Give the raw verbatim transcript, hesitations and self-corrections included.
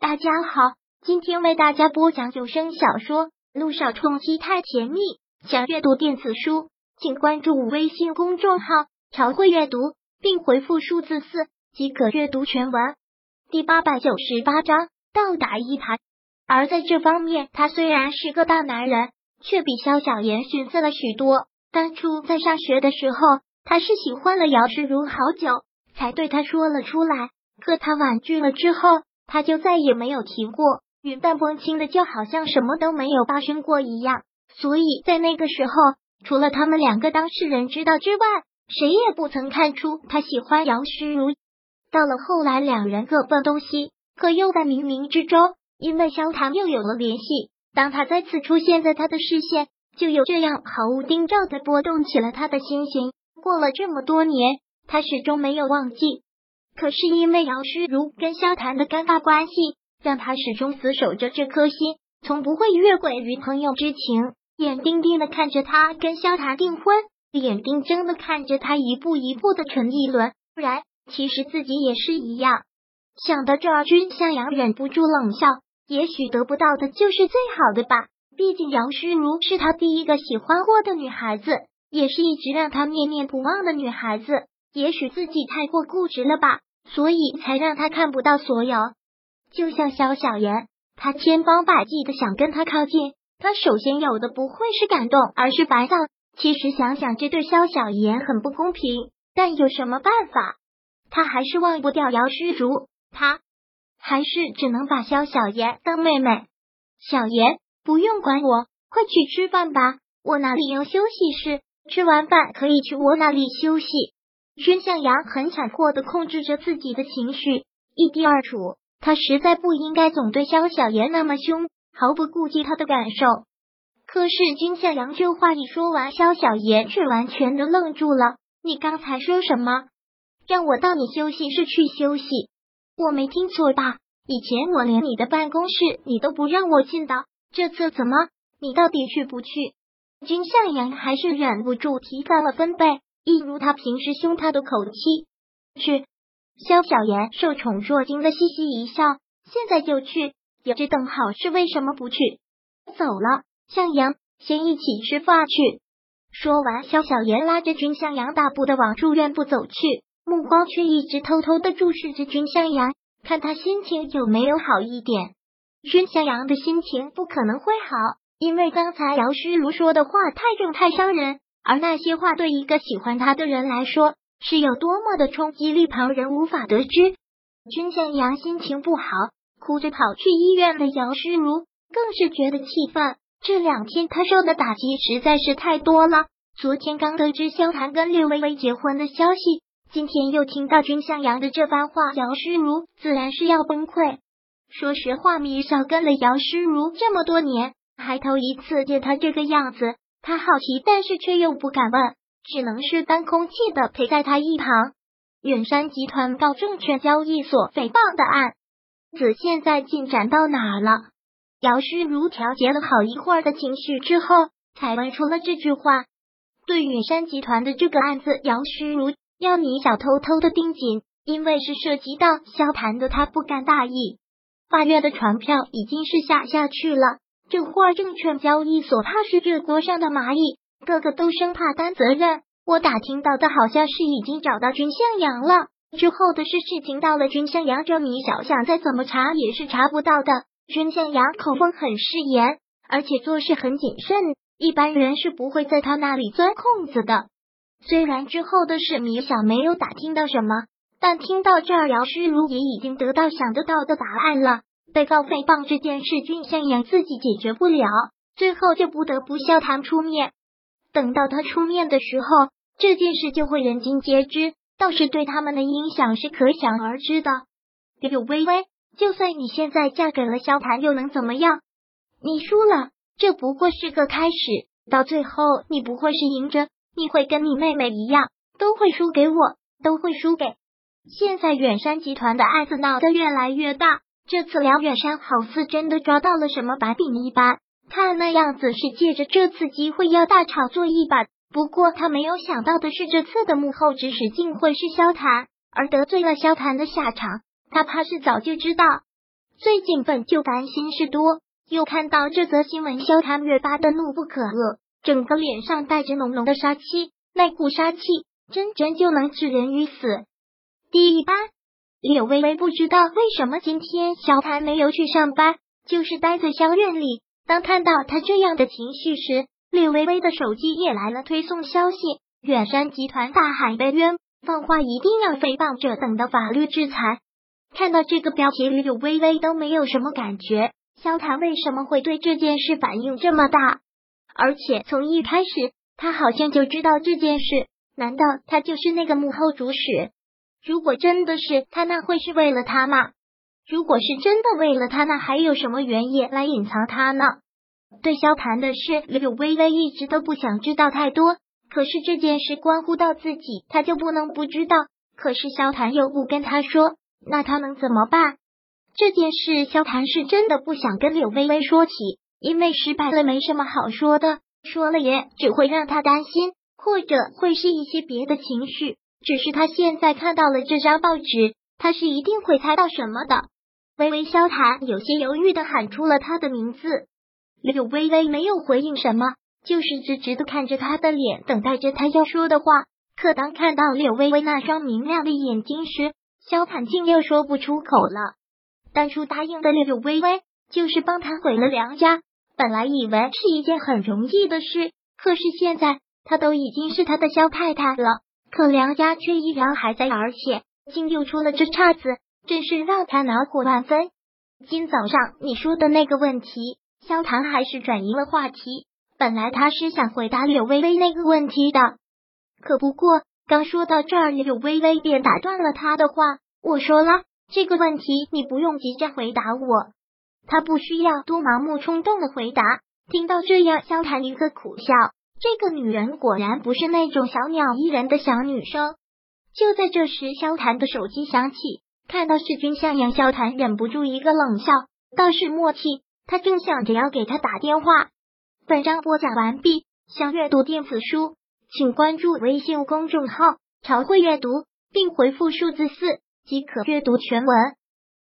大家好，今天为大家播讲有声小说《路上冲击太甜蜜》。想阅读电子书，请关注微信公众号朝会阅读，并回复数字四即可阅读全文。第八百九十八章，倒打一耙。而在这方面，他虽然是个大男人，却比萧小言逊色了许多。当初在上学的时候，他是喜欢了姚诗如好久，才对他说了出来。可他婉拒了之后，他就再也没有提过，云淡风轻的，就好像什么都没有发生过一样。所以在那个时候，除了他们两个当事人知道之外，谁也不曾看出他喜欢姚诗如。到了后来，两人各奔东西，可又在冥冥之中，因为萧谈又有了联系。当他再次出现在他的视线，就有这样毫无征兆的波动起了他的心情。过了这么多年，他始终没有忘记。可是因为姚诗如跟萧谈的尴尬关系，让他始终死守着这颗心，从不会越轨于朋友之情，眼定定的看着他跟萧谈订婚，眼定睁的看着他一步一步的成一轮。不然其实自己也是一样。想到这儿，君向阳忍不住冷笑，也许得不到的就是最好的吧，毕竟姚诗如是他第一个喜欢过的女孩子，也是一直让他念念不忘的女孩子。也许自己太过固执了吧，所以才让他看不到所有。就像萧小言，他千方百计的想跟他靠近，他首先有的不会是感动，而是烦躁。其实想想，这对萧小言很不公平，但有什么办法？他还是忘不掉姚诗如，他还是只能把萧小言当妹妹。小言，不用管我，快去吃饭吧，我那里有休息室，吃完饭可以去我那里休息。君向阳很强迫的控制着自己的情绪，一滴二处，他实在不应该总对萧小言那么凶，毫不顾及他的感受。可是君向阳这话一说完，萧小言却完全的愣住了。你刚才说什么？让我到你休息室去休息？我没听错吧？以前我连你的办公室你都不让我进的，这次怎么？你到底去不去？君向阳还是忍不住提高了分贝，一如他平时凶他的口气。去。萧小言受宠若惊的嘻嘻一笑，现在就去，有这等好事为什么不去？走了，向阳，先一起吃饭去。说完，萧小言拉着君向阳大步的往住院部走去，目光却一直偷偷的注视着君向阳，看他心情有没有好一点。君向阳的心情不可能会好，因为刚才姚诗如说的话太重太伤人，而那些话对一个喜欢他的人来说是有多么的冲击力，旁人无法得知。君向阳心情不好，哭着跑去医院的姚诗如更是觉得气愤。这两天他受的打击实在是太多了，昨天刚得知萧谈跟略微微结婚的消息，今天又听到君向阳的这番话，姚诗如自然是要崩溃。说实话，米少跟了姚诗如这么多年，还头一次见他这个样子，他好奇，但是却又不敢问，只能是当空气的陪在他一旁。远山集团告证券交易所诽谤的案子现在进展到哪了？姚诗如调节了好一会儿的情绪之后，才问出了这句话。对远山集团的这个案子，姚诗如要米小偷偷的盯紧，因为是涉及到萧谈的，他不敢大意。法院的传票已经是下下去了，这会儿证券交易所怕是热锅上的蚂蚁，个个都生怕担责任。我打听到的好像是已经找到君向阳了，之后的事事情到了君向阳这米小想再怎么查也是查不到的。君向阳口风很誓言，而且做事很谨慎，一般人是不会在他那里钻空子的。虽然之后的事米小没有打听到什么，但听到这儿，姚诗如也已经得到想得到的答案了。被告诽谤这件事，君向阳自己解决不了，最后就不得不萧谈出面。等到他出面的时候，这件事就会人尽皆知，倒是对他们的影响是可想而知的。柳微微，就算你现在嫁给了萧谈，又能怎么样？你输了，这不过是个开始，到最后你不会是赢着，你会跟你妹妹一样，都会输给我，都会输给。现在远山集团的案子闹得越来越大，这次辽远山好似真的抓到了什么把柄一般，看那样子是借着这次机会要大炒作一把。不过他没有想到的是，这次的幕后指使竟会是萧谈，而得罪了萧谈的下场，他怕是早就知道。 最近本就烦心事多，又看到这则新闻，萧谭越发的怒不可遏，整个脸上带着浓浓的杀气，那股杀气真真就能置人于死。第一班，柳微微不知道为什么今天萧谭没有去上班，就是待在校院里。当看到他这样的情绪时，柳微微的手机也来了推送消息，远山集团大喊被冤，放话一定要诽谤者等的法律制裁。看到这个标题，柳微微都没有什么感觉，萧谭为什么会对这件事反应这么大？而且从一开始他好像就知道这件事，难道他就是那个幕后主使？如果真的是他，那会是为了他吗？如果是真的为了他，那还有什么原因来隐藏他呢？对萧谭的事，柳微微一直都不想知道太多，可是这件事关乎到自己，他就不能不知道。可是萧谭又不跟他说，那他能怎么办？这件事萧谭是真的不想跟柳微微说起，因为失败了没什么好说的，说了也只会让他担心，或者会是一些别的情绪。只是他现在看到了这张报纸，他是一定会猜到什么的。微微，萧谭有些犹豫的喊出了他的名字。柳微微没有回应什么，就是直直的看着他的脸，等待着他要说的话。可当看到柳微微那双明亮的眼睛时，萧谭竟又说不出口了。当初答应的柳微微，就是帮他毁了梁家，本来以为是一件很容易的事，可是现在他都已经是他的萧太太了，可梁家却依然还在，而且竟又出了这岔子，真是让他恼火万分。今早上你说的那个问题，萧谭还是转移了话题，本来他是想回答柳微微那个问题的，可不过刚说到这儿，柳微微便打断了他的话。我说了，这个问题你不用急着回答我。他不需要多盲目冲动的回答。听到这样，萧谭一个苦笑，这个女人果然不是那种小鸟依人的小女生。就在这时，萧谭的手机响起，看到是君向阳，萧谭忍不住一个冷笑，倒是默契，他正想着要给他打电话。本章播讲完毕，想阅读电子书，请关注微信公众号朝会阅读，并回复数字四即可阅读全文。